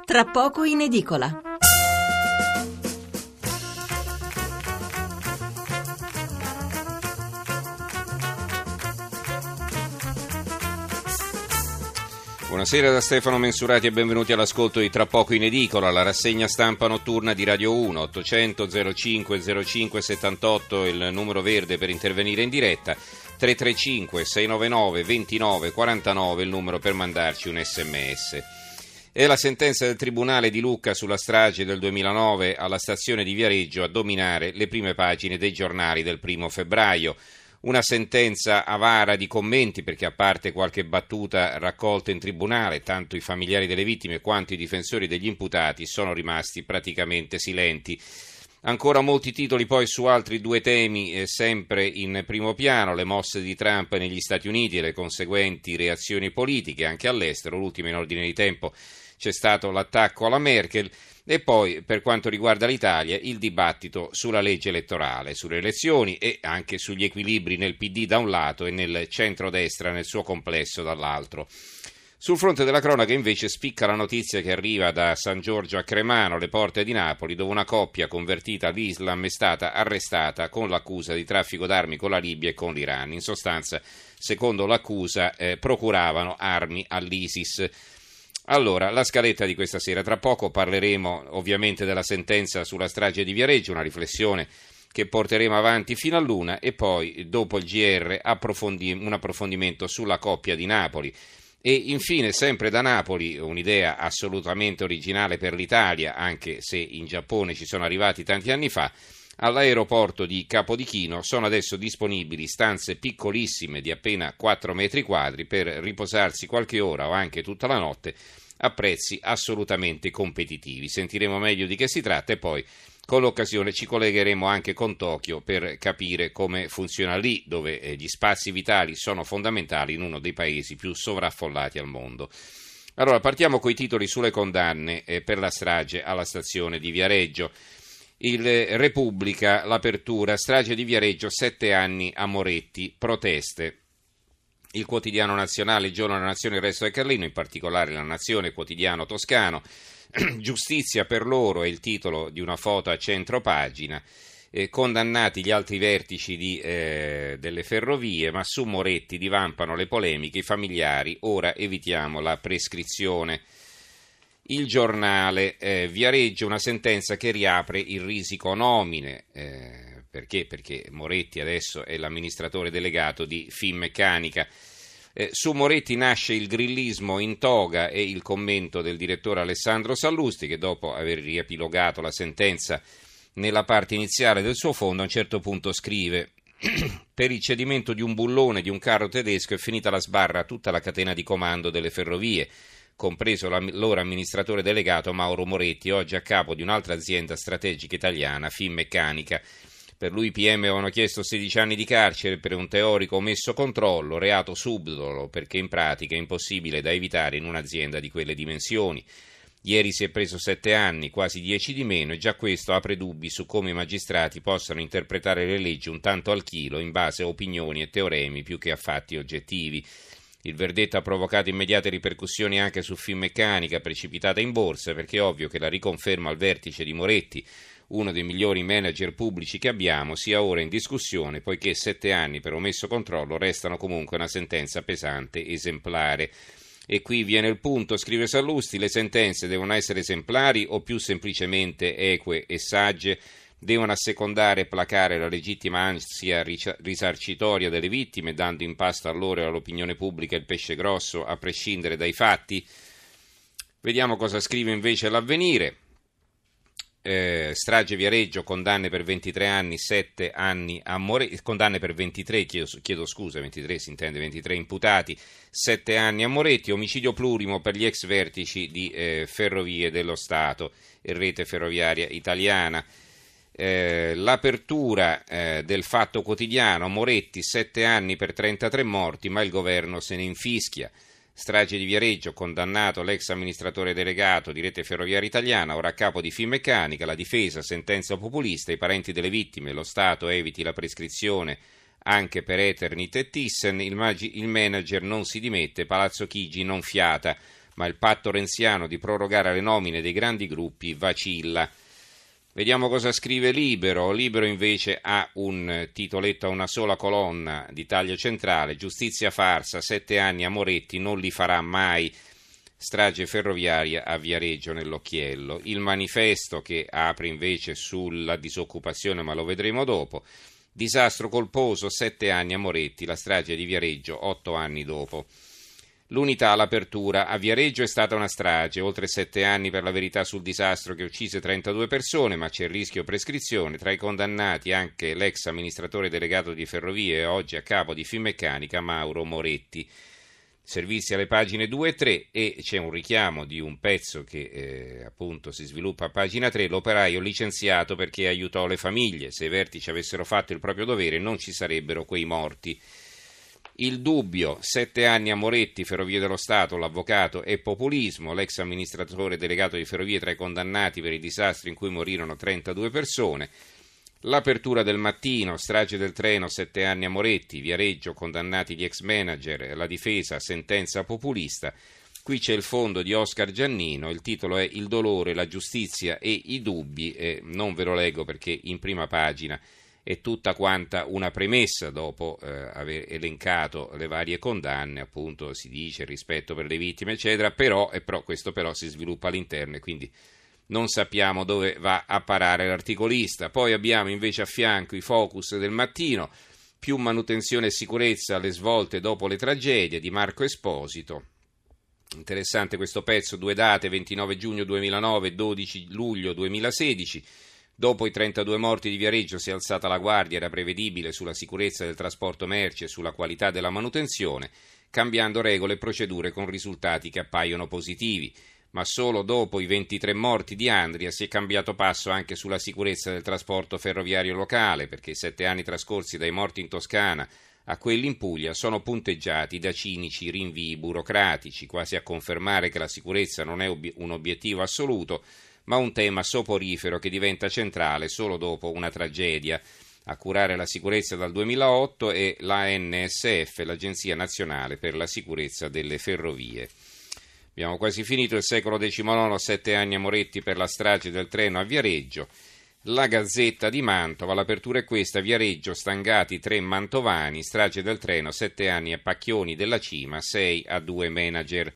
Tra poco in edicola. Buonasera da Stefano Mensurati e benvenuti all'ascolto di Tra poco in edicola, la rassegna stampa notturna di Radio 1. 800 05 05 78 il numero verde per intervenire in diretta, 335 699 29 49 il numero per mandarci un sms. È la sentenza del Tribunale di Lucca sulla strage del 2009 alla stazione di Viareggio a dominare le prime pagine dei giornali del 1 febbraio. Una sentenza avara di commenti perché, a parte qualche battuta raccolta in tribunale, tanto i familiari delle vittime quanto i difensori degli imputati sono rimasti praticamente silenti. Ancora molti titoli poi su altri due temi sempre in primo piano: le mosse di Trump negli Stati Uniti e le conseguenti reazioni politiche anche all'estero. L'ultima in ordine di tempo c'è stato l'attacco alla Merkel. E poi, per quanto riguarda l'Italia, il dibattito sulla legge elettorale, sulle elezioni e anche sugli equilibri nel PD da un lato e nel centrodestra nel suo complesso dall'altro. Sul fronte della cronaca invece spicca la notizia che arriva da San Giorgio a Cremano, le porte di Napoli, dove una coppia convertita all'Islam è stata arrestata con l'accusa di traffico d'armi con la Libia e con l'Iran. In sostanza, secondo l'accusa, procuravano armi all'ISIS. Allora, la scaletta di questa sera. Tra poco parleremo ovviamente della sentenza sulla strage di Viareggio, una riflessione che porteremo avanti fino all'una, e poi dopo il GR un approfondimento sulla coppia di Napoli. E infine, sempre da Napoli, un'idea assolutamente originale per l'Italia, anche se in Giappone ci sono arrivati tanti anni fa. All'aeroporto di Capodichino sono adesso disponibili stanze piccolissime di appena 4 metri quadri per riposarsi qualche ora o anche tutta la notte a prezzi assolutamente competitivi. Sentiremo meglio di che si tratta e poi con l'occasione ci collegheremo anche con Tokyo per capire come funziona lì, dove gli spazi vitali sono fondamentali in uno dei paesi più sovraffollati al mondo. Allora, partiamo coi titoli sulle condanne per la strage alla stazione di Viareggio. Il Repubblica, l'apertura, strage di Viareggio, 7 anni a Moretti, proteste. Il Quotidiano Nazionale, il Giorno della Nazione, il Resto del Carlino, in particolare la Nazione, quotidiano toscano. Giustizia per loro è il titolo di una foto a centro pagina. Condannati gli altri vertici delle ferrovie, ma su Moretti divampano le polemiche, i familiari, ora evitiamo la prescrizione. Il Giornale, Viareggio, una sentenza che riapre il risico nomine. Perché? Perché Moretti adesso è l'amministratore delegato di Finmeccanica. Su Moretti nasce il grillismo in toga e il commento del direttore Alessandro Sallusti, che dopo aver riepilogato la sentenza nella parte iniziale del suo fondo, a un certo punto scrive: per il cedimento di un bullone di un carro tedesco è finita la sbarra a tutta la catena di comando delle ferrovie, compreso l'ora amministratore delegato Mauro Moretti, oggi a capo di un'altra azienda strategica italiana, Finmeccanica. Per lui i PM avevano chiesto 16 anni di carcere per un teorico omesso controllo, reato subdolo perché in pratica è impossibile da evitare in un'azienda di quelle dimensioni. Ieri si è preso 7 anni, quasi 10 di meno, e già questo apre dubbi su come i magistrati possano interpretare le leggi un tanto al chilo in base a opinioni e teoremi più che a fatti oggettivi. Il verdetto ha provocato immediate ripercussioni anche su Finmeccanica, precipitata in borsa, perché è ovvio che la riconferma al vertice di Moretti, uno dei migliori manager pubblici che abbiamo, sia ora in discussione, poiché 7 anni per omesso controllo restano comunque una sentenza pesante, esemplare. E qui viene il punto, scrive Sallusti: le sentenze devono essere esemplari o più semplicemente eque e sagge? Devono assecondare e placare la legittima ansia risarcitoria delle vittime, dando in pasto a loro e all'opinione pubblica il pesce grosso, a prescindere dai fatti? Vediamo cosa scrive invece l'Avvenire. Strage Viareggio, condanne per 23 anni, 7 anni a Moretti, condanne per 23, chiedo scusa, 23 si intende 23 imputati, 7 anni a Moretti, omicidio plurimo per gli ex vertici di Ferrovie dello Stato e Rete Ferroviaria Italiana. L'apertura del Fatto Quotidiano, Moretti, 7 anni per 33 morti, ma il governo se ne infischia. Strage di Viareggio, condannato l'ex amministratore delegato di Rete Ferroviaria Italiana, ora a capo di Finmeccanica, la difesa, sentenza populista, i parenti delle vittime, lo Stato eviti la prescrizione anche per Eternit e Thyssen, il manager non si dimette, Palazzo Chigi non fiata. ma il patto renziano di prorogare le nomine dei grandi gruppi vacilla. Vediamo cosa scrive Libero. Libero invece ha un titoletto a una sola colonna di taglio centrale: giustizia farsa, 7 anni a Moretti, non li farà mai. Strage ferroviaria a Viareggio nell'Occhiello. Il Manifesto, che apre invece sulla disoccupazione, ma lo vedremo dopo. Disastro colposo, 7 anni a Moretti, la strage di Viareggio 8 anni dopo. L'Unità all'apertura: a Viareggio è stata una strage, oltre 7 anni per la verità sul disastro che uccise 32 persone, ma c'è il rischio prescrizione. Tra i condannati anche l'ex amministratore delegato di Ferrovie e oggi a capo di Finmeccanica Mauro Moretti. Servizi alle pagine 2 e 3, e c'è un richiamo di un pezzo che appunto si sviluppa a pagina 3: l'operaio licenziato perché aiutò le famiglie. Se i vertici avessero fatto il proprio dovere non ci sarebbero quei morti. Il Dubbio: 7 anni a Moretti, Ferrovie dello Stato, l'avvocato e populismo. L'ex amministratore delegato di Ferrovie tra i condannati per i disastri in cui morirono 32 persone. L'Apertura del Mattino: strage del treno, 7 anni a Moretti, Viareggio, condannati gli ex manager, la difesa, sentenza populista. Qui c'è il fondo di Oscar Giannino, il titolo è Il dolore, la giustizia e i dubbi, non ve lo leggo perché in prima pagina è tutta quanta una premessa. Dopo aver elencato le varie condanne, appunto si dice rispetto per le vittime eccetera, però questo però si sviluppa all'interno e quindi non sappiamo dove va a parare l'articolista. Poi abbiamo invece a fianco i focus del mattino: più manutenzione e sicurezza, le svolte dopo le tragedie, di Marco Esposito. Interessante questo pezzo, 2 date: 29 giugno 2009, 12 luglio 2016. Dopo i 32 morti di Viareggio si è alzata la guardia, era prevedibile, sulla sicurezza del trasporto merci e sulla qualità della manutenzione, cambiando regole e procedure con risultati che appaiono positivi. Ma solo dopo i 23 morti di Andria si è cambiato passo anche sulla sicurezza del trasporto ferroviario locale, perché i 7 anni trascorsi dai morti in Toscana a quelli in Puglia sono punteggiati da cinici rinvii burocratici, quasi a confermare che la sicurezza non è un obiettivo assoluto, ma un tema soporifero che diventa centrale solo dopo una tragedia. A curare la sicurezza dal 2008 è l'ANSF, l'Agenzia Nazionale per la Sicurezza delle Ferrovie. Abbiamo quasi finito. Il Secolo XIX, 7 anni a Moretti per la strage del treno a Viareggio. La Gazzetta di Mantova, l'apertura è questa: Viareggio, stangati 3 mantovani, strage del treno, 7 anni a Pacchioni della Cima, 6 a 2 manager.